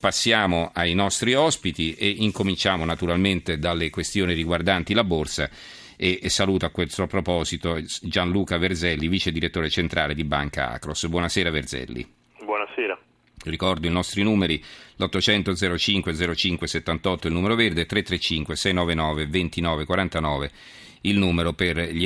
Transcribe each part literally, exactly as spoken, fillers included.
Passiamo ai nostri ospiti e incominciamo naturalmente dalle questioni riguardanti la borsa e, e saluto a questo proposito Gianluca Verzelli, vice direttore centrale di Banca Akros. Buonasera Verzelli. Buonasera. Ricordo i nostri numeri: l'ottocento zero cinque zero cinque settantotto il numero verde, tre tre cinque sei nove nove due nove quattro nove il numero per gli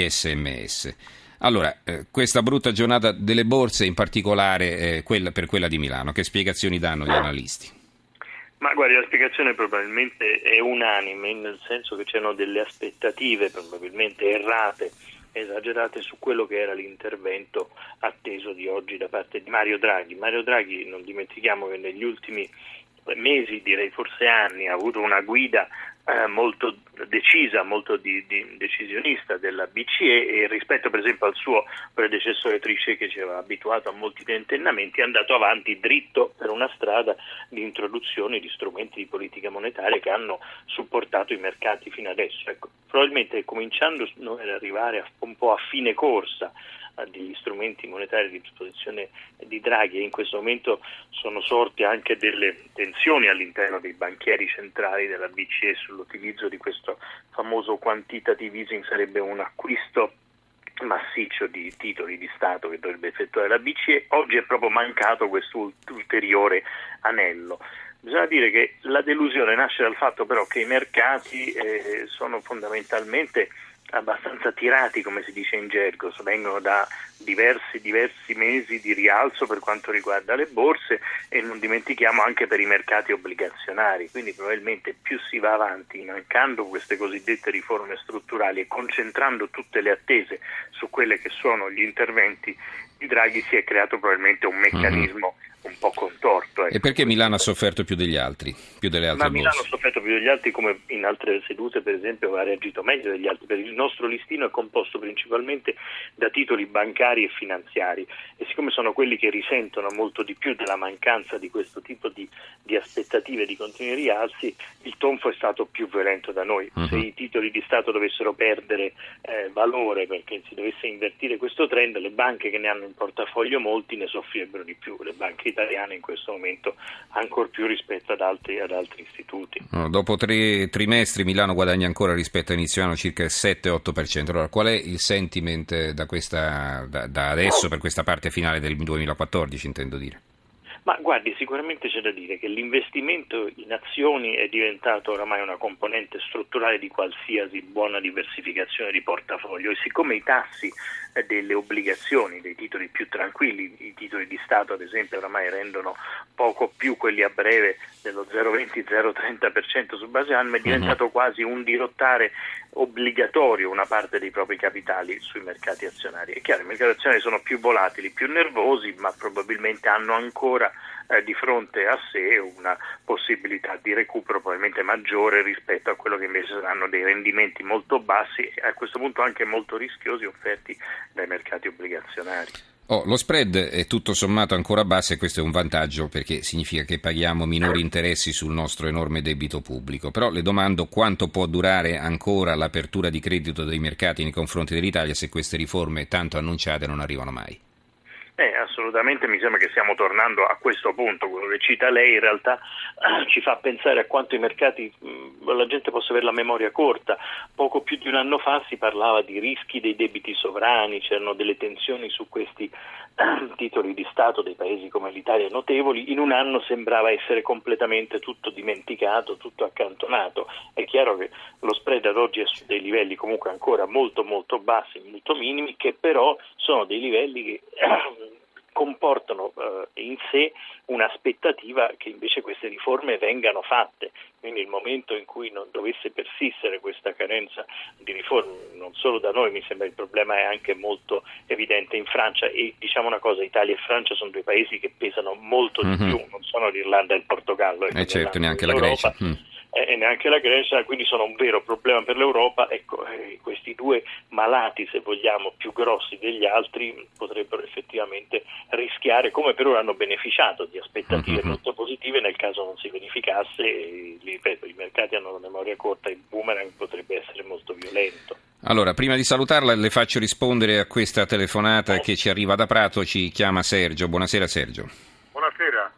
sms. Allora, eh, questa brutta giornata delle borse, in particolare eh, quella, per quella di Milano, che spiegazioni danno gli analisti? Ma guardi, la spiegazione probabilmente è unanime, nel senso che c'erano delle aspettative probabilmente errate, esagerate su quello che era l'intervento atteso di oggi da parte di Mario Draghi. Mario Draghi, non dimentichiamo che negli ultimi mesi, direi forse anni, ha avuto una guida eh, molto decisa, molto di, di decisionista della B C E, e rispetto per esempio al suo predecessore Trichet, che ci aveva abituato a molti tentennamenti, è andato avanti dritto per una strada di introduzione di strumenti di politica monetaria che hanno supportato i mercati fino adesso. Ecco, probabilmente cominciando noi ad arrivare a, un po' a fine corsa degli strumenti monetari a disposizione di Draghi, e in questo momento sono sorte anche delle tensioni all'interno dei banchieri centrali della B C E sull'utilizzo di questo famoso quantitative easing. Sarebbe un acquisto massiccio di titoli di Stato che dovrebbe effettuare la B C E. Oggi è proprio mancato questo ulteriore anello. Bisogna dire che la delusione nasce dal fatto però che i mercati eh, sono fondamentalmente abbastanza tirati, come si dice in gergo, vengono da diversi diversi mesi di rialzo per quanto riguarda le borse, e non dimentichiamo anche per i mercati obbligazionari, quindi probabilmente più si va avanti mancando queste cosiddette riforme strutturali e concentrando tutte le attese su quelle che sono gli interventi di Draghi, si è creato probabilmente un meccanismo mm-hmm. un po' contorto. Ecco. E perché Milano ha sofferto più degli altri, più delle altre Ma borse? Milano ha sofferto più degli altri, come in altre sedute per esempio ha reagito meglio degli altri, perché il nostro listino è composto principalmente da titoli bancari e finanziari, e siccome sono quelli che risentono molto di più della mancanza di questo tipo di, di aspettative di continui rialzi, il tonfo è stato più violento da noi. Uh-huh. Se i titoli di Stato dovessero perdere eh, valore, perché si dovesse invertire questo trend, le banche che ne hanno in portafoglio molti ne soffrirebbero di più, le banche italiane in questo momento ancor più rispetto ad altri, ad altri istituti. No, dopo tre trimestri Milano guadagna ancora rispetto a inizio anno circa il sette otto per cento. Allora, qual è il sentiment da, questa, da, da adesso per questa parte finale del duemilaquattordici, intendo dire? Ma guardi, sicuramente c'è da dire che l'investimento in azioni è diventato oramai una componente strutturale di qualsiasi buona diversificazione di portafoglio, e siccome i tassi delle obbligazioni, dei titoli più tranquilli, i titoli di Stato ad esempio oramai rendono poco più quelli a breve dello zero virgola venti zero virgola trenta per cento su base annua, è diventato uh-huh. quasi un dirottare obbligatorio una parte dei propri capitali sui mercati azionari. È chiaro, i mercati azionari sono più volatili, più nervosi, ma probabilmente hanno ancora eh, di fronte a sé una possibilità di recupero probabilmente maggiore rispetto a quello che invece saranno dei rendimenti molto bassi e a questo punto anche molto rischiosi offerti dai mercati obbligazionari. Oh, lo spread è tutto sommato ancora basso, e questo è un vantaggio perché significa che paghiamo minori interessi sul nostro enorme debito pubblico. Però le domando quanto può durare ancora l'apertura di credito dei mercati nei confronti dell'Italia se queste riforme tanto annunciate non arrivano mai. Eh, assolutamente, mi sembra che stiamo tornando a questo punto. Quello che cita lei in realtà eh, ci fa pensare a quanto i mercati, mh, la gente possa avere la memoria corta. Poco più di un anno fa si parlava di rischi dei debiti sovrani, c'erano delle tensioni su questi eh, titoli di Stato dei paesi come l'Italia notevoli. In un anno sembrava essere completamente tutto dimenticato, tutto accantonato. È chiaro che lo spread ad oggi è su dei livelli comunque ancora molto molto bassi, molto minimi, che però sono dei livelli che eh, comportano eh, in sé un'aspettativa che invece queste riforme vengano fatte. Quindi il momento in cui non dovesse persistere questa carenza di riforme, non solo da noi, mi sembra il problema è anche molto evidente in Francia, e diciamo una cosa, Italia e Francia sono due paesi che pesano molto di mm-hmm. più, non sono l'Irlanda e il Portogallo. E eh certo, neanche la Grecia. Mm. E neanche la Grecia, quindi sono un vero problema per l'Europa. Ecco, eh, questi due malati, se vogliamo, più grossi degli altri, potrebbero effettivamente rischiare, come per ora hanno beneficiato di aspettative mm-hmm. molto positive, nel caso non si verificasse, e, ripeto, i mercati hanno una memoria corta, il boomerang potrebbe essere molto violento. Allora, prima di salutarla le faccio rispondere a questa telefonata che ci arriva da Prato, ci chiama Sergio. Buonasera Sergio. Buonasera.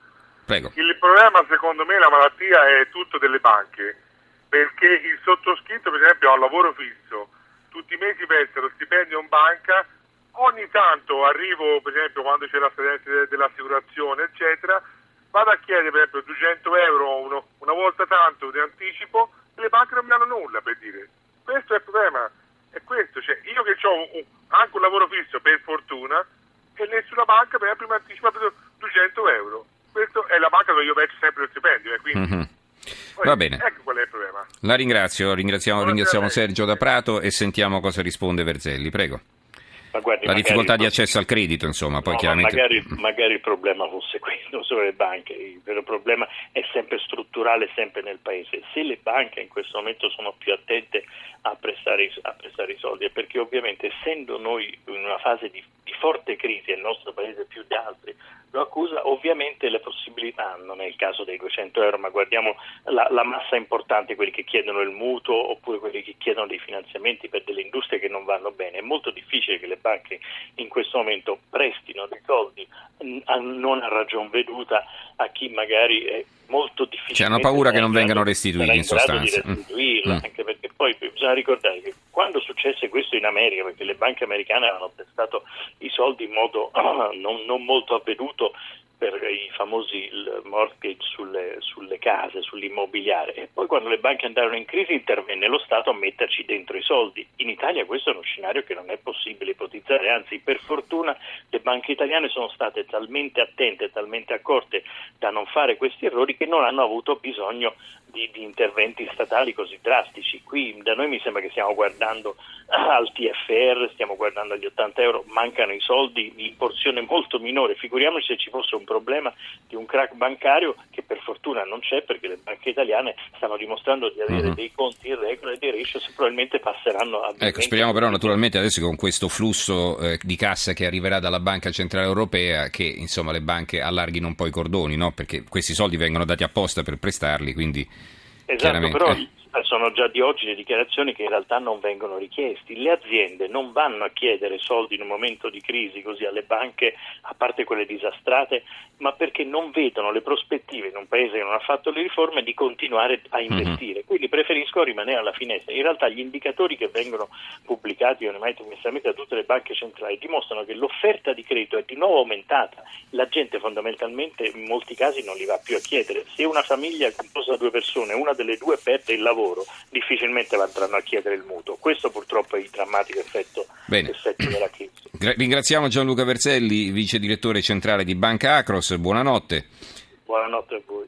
Prego. Il problema, secondo me, la malattia è tutto delle banche, perché il sottoscritto, per esempio, ha un lavoro fisso, tutti i mesi pensa lo stipendio in banca, ogni tanto arrivo, per esempio, quando c'è la scadenza dell'assicurazione, eccetera, vado a chiedere, per esempio, duecento euro uno, una volta tanto di anticipo, e le banche non mi danno nulla, per dire. Questo è il problema, è questo, cioè io che ho anche un lavoro fisso, per fortuna, e nessuna banca, per esempio, mi anticipa duecento euro. Questa è la banca dove io verso sempre lo stipendio, eh, quindi... Mm-hmm. Poi, Va bene. Ecco qual è il problema. La ringrazio, ringraziamo, ringraziamo Sergio da Prato e sentiamo cosa risponde Verzelli, prego. Ma guardi, la magari, difficoltà di accesso al credito, insomma, poi no, chiaramente... magari, magari il problema fosse questo, solo le banche, il vero problema è sempre strutturale, sempre nel Paese. Se le banche in questo momento sono più attente a prestare, a prestare i soldi è perché ovviamente, essendo noi in una fase di, di forte crisi, il nostro Paese più di altri lo accusa, ovviamente le possibilità, non è il caso dei duecento euro, ma guardiamo la, la massa importante, quelli che chiedono il mutuo oppure quelli che chiedono dei finanziamenti per delle industrie che non vanno bene. È molto difficile che le banche in questo momento prestino dei soldi a, non a ragion veduta a chi magari è molto difficile. Cioè hanno paura che non vengano restituiti, in, in sostanza. Di restituirla, mm. anche perché poi bisogna ricordare che quando successe questo in America, perché le banche americane avevano prestato i soldi in modo non, non molto avveduto per i famosi mortgage sulle, sulle case, sull'immobiliare, e poi quando le banche andarono in crisi intervenne lo Stato a metterci dentro i soldi. In Italia questo è uno scenario che non è possibile ipotizzare, anzi per fortuna le banche italiane sono state talmente attente, talmente accorte da non fare questi errori che non hanno avuto bisogno di, di interventi statali così drastici. Qui da noi mi sembra che stiamo guardando al T F R, stiamo guardando agli ottanta euro, mancano i soldi in porzione molto minore, figuriamoci se ci fosse un problema di un crack bancario, che per fortuna non c'è perché le banche italiane stanno dimostrando di avere uh-huh. dei conti in regola e dei ratios probabilmente passeranno a... Ecco, speriamo però naturalmente adesso con questo flusso eh, di cassa che arriverà dalla Banca Centrale Europea che insomma le banche allarghino un po' i cordoni, no? Perché questi soldi vengono dati apposta per prestarli, quindi esatto, chiaramente... però... Eh. Sono già di oggi le dichiarazioni che in realtà non vengono richiesti. Le aziende non vanno a chiedere soldi in un momento di crisi così alle banche, a parte quelle disastrate, ma perché non vedono le prospettive in un paese che non ha fatto le riforme di continuare a investire. Mm-hmm. Quindi preferiscono rimanere alla finestra. In realtà gli indicatori che vengono pubblicati ormai trimestralmente da tutte le banche centrali dimostrano che l'offerta di credito è di nuovo aumentata. La gente fondamentalmente in molti casi non li va più a chiedere. Se una famiglia è composta da due persone, una delle due perde il lavoro, difficilmente andranno a chiedere il mutuo. Questo purtroppo è il drammatico effetto, effetto della crisi. Ringraziamo Gianluca Verzelli, vice direttore centrale di Banca Akros. Buonanotte. Buonanotte a voi.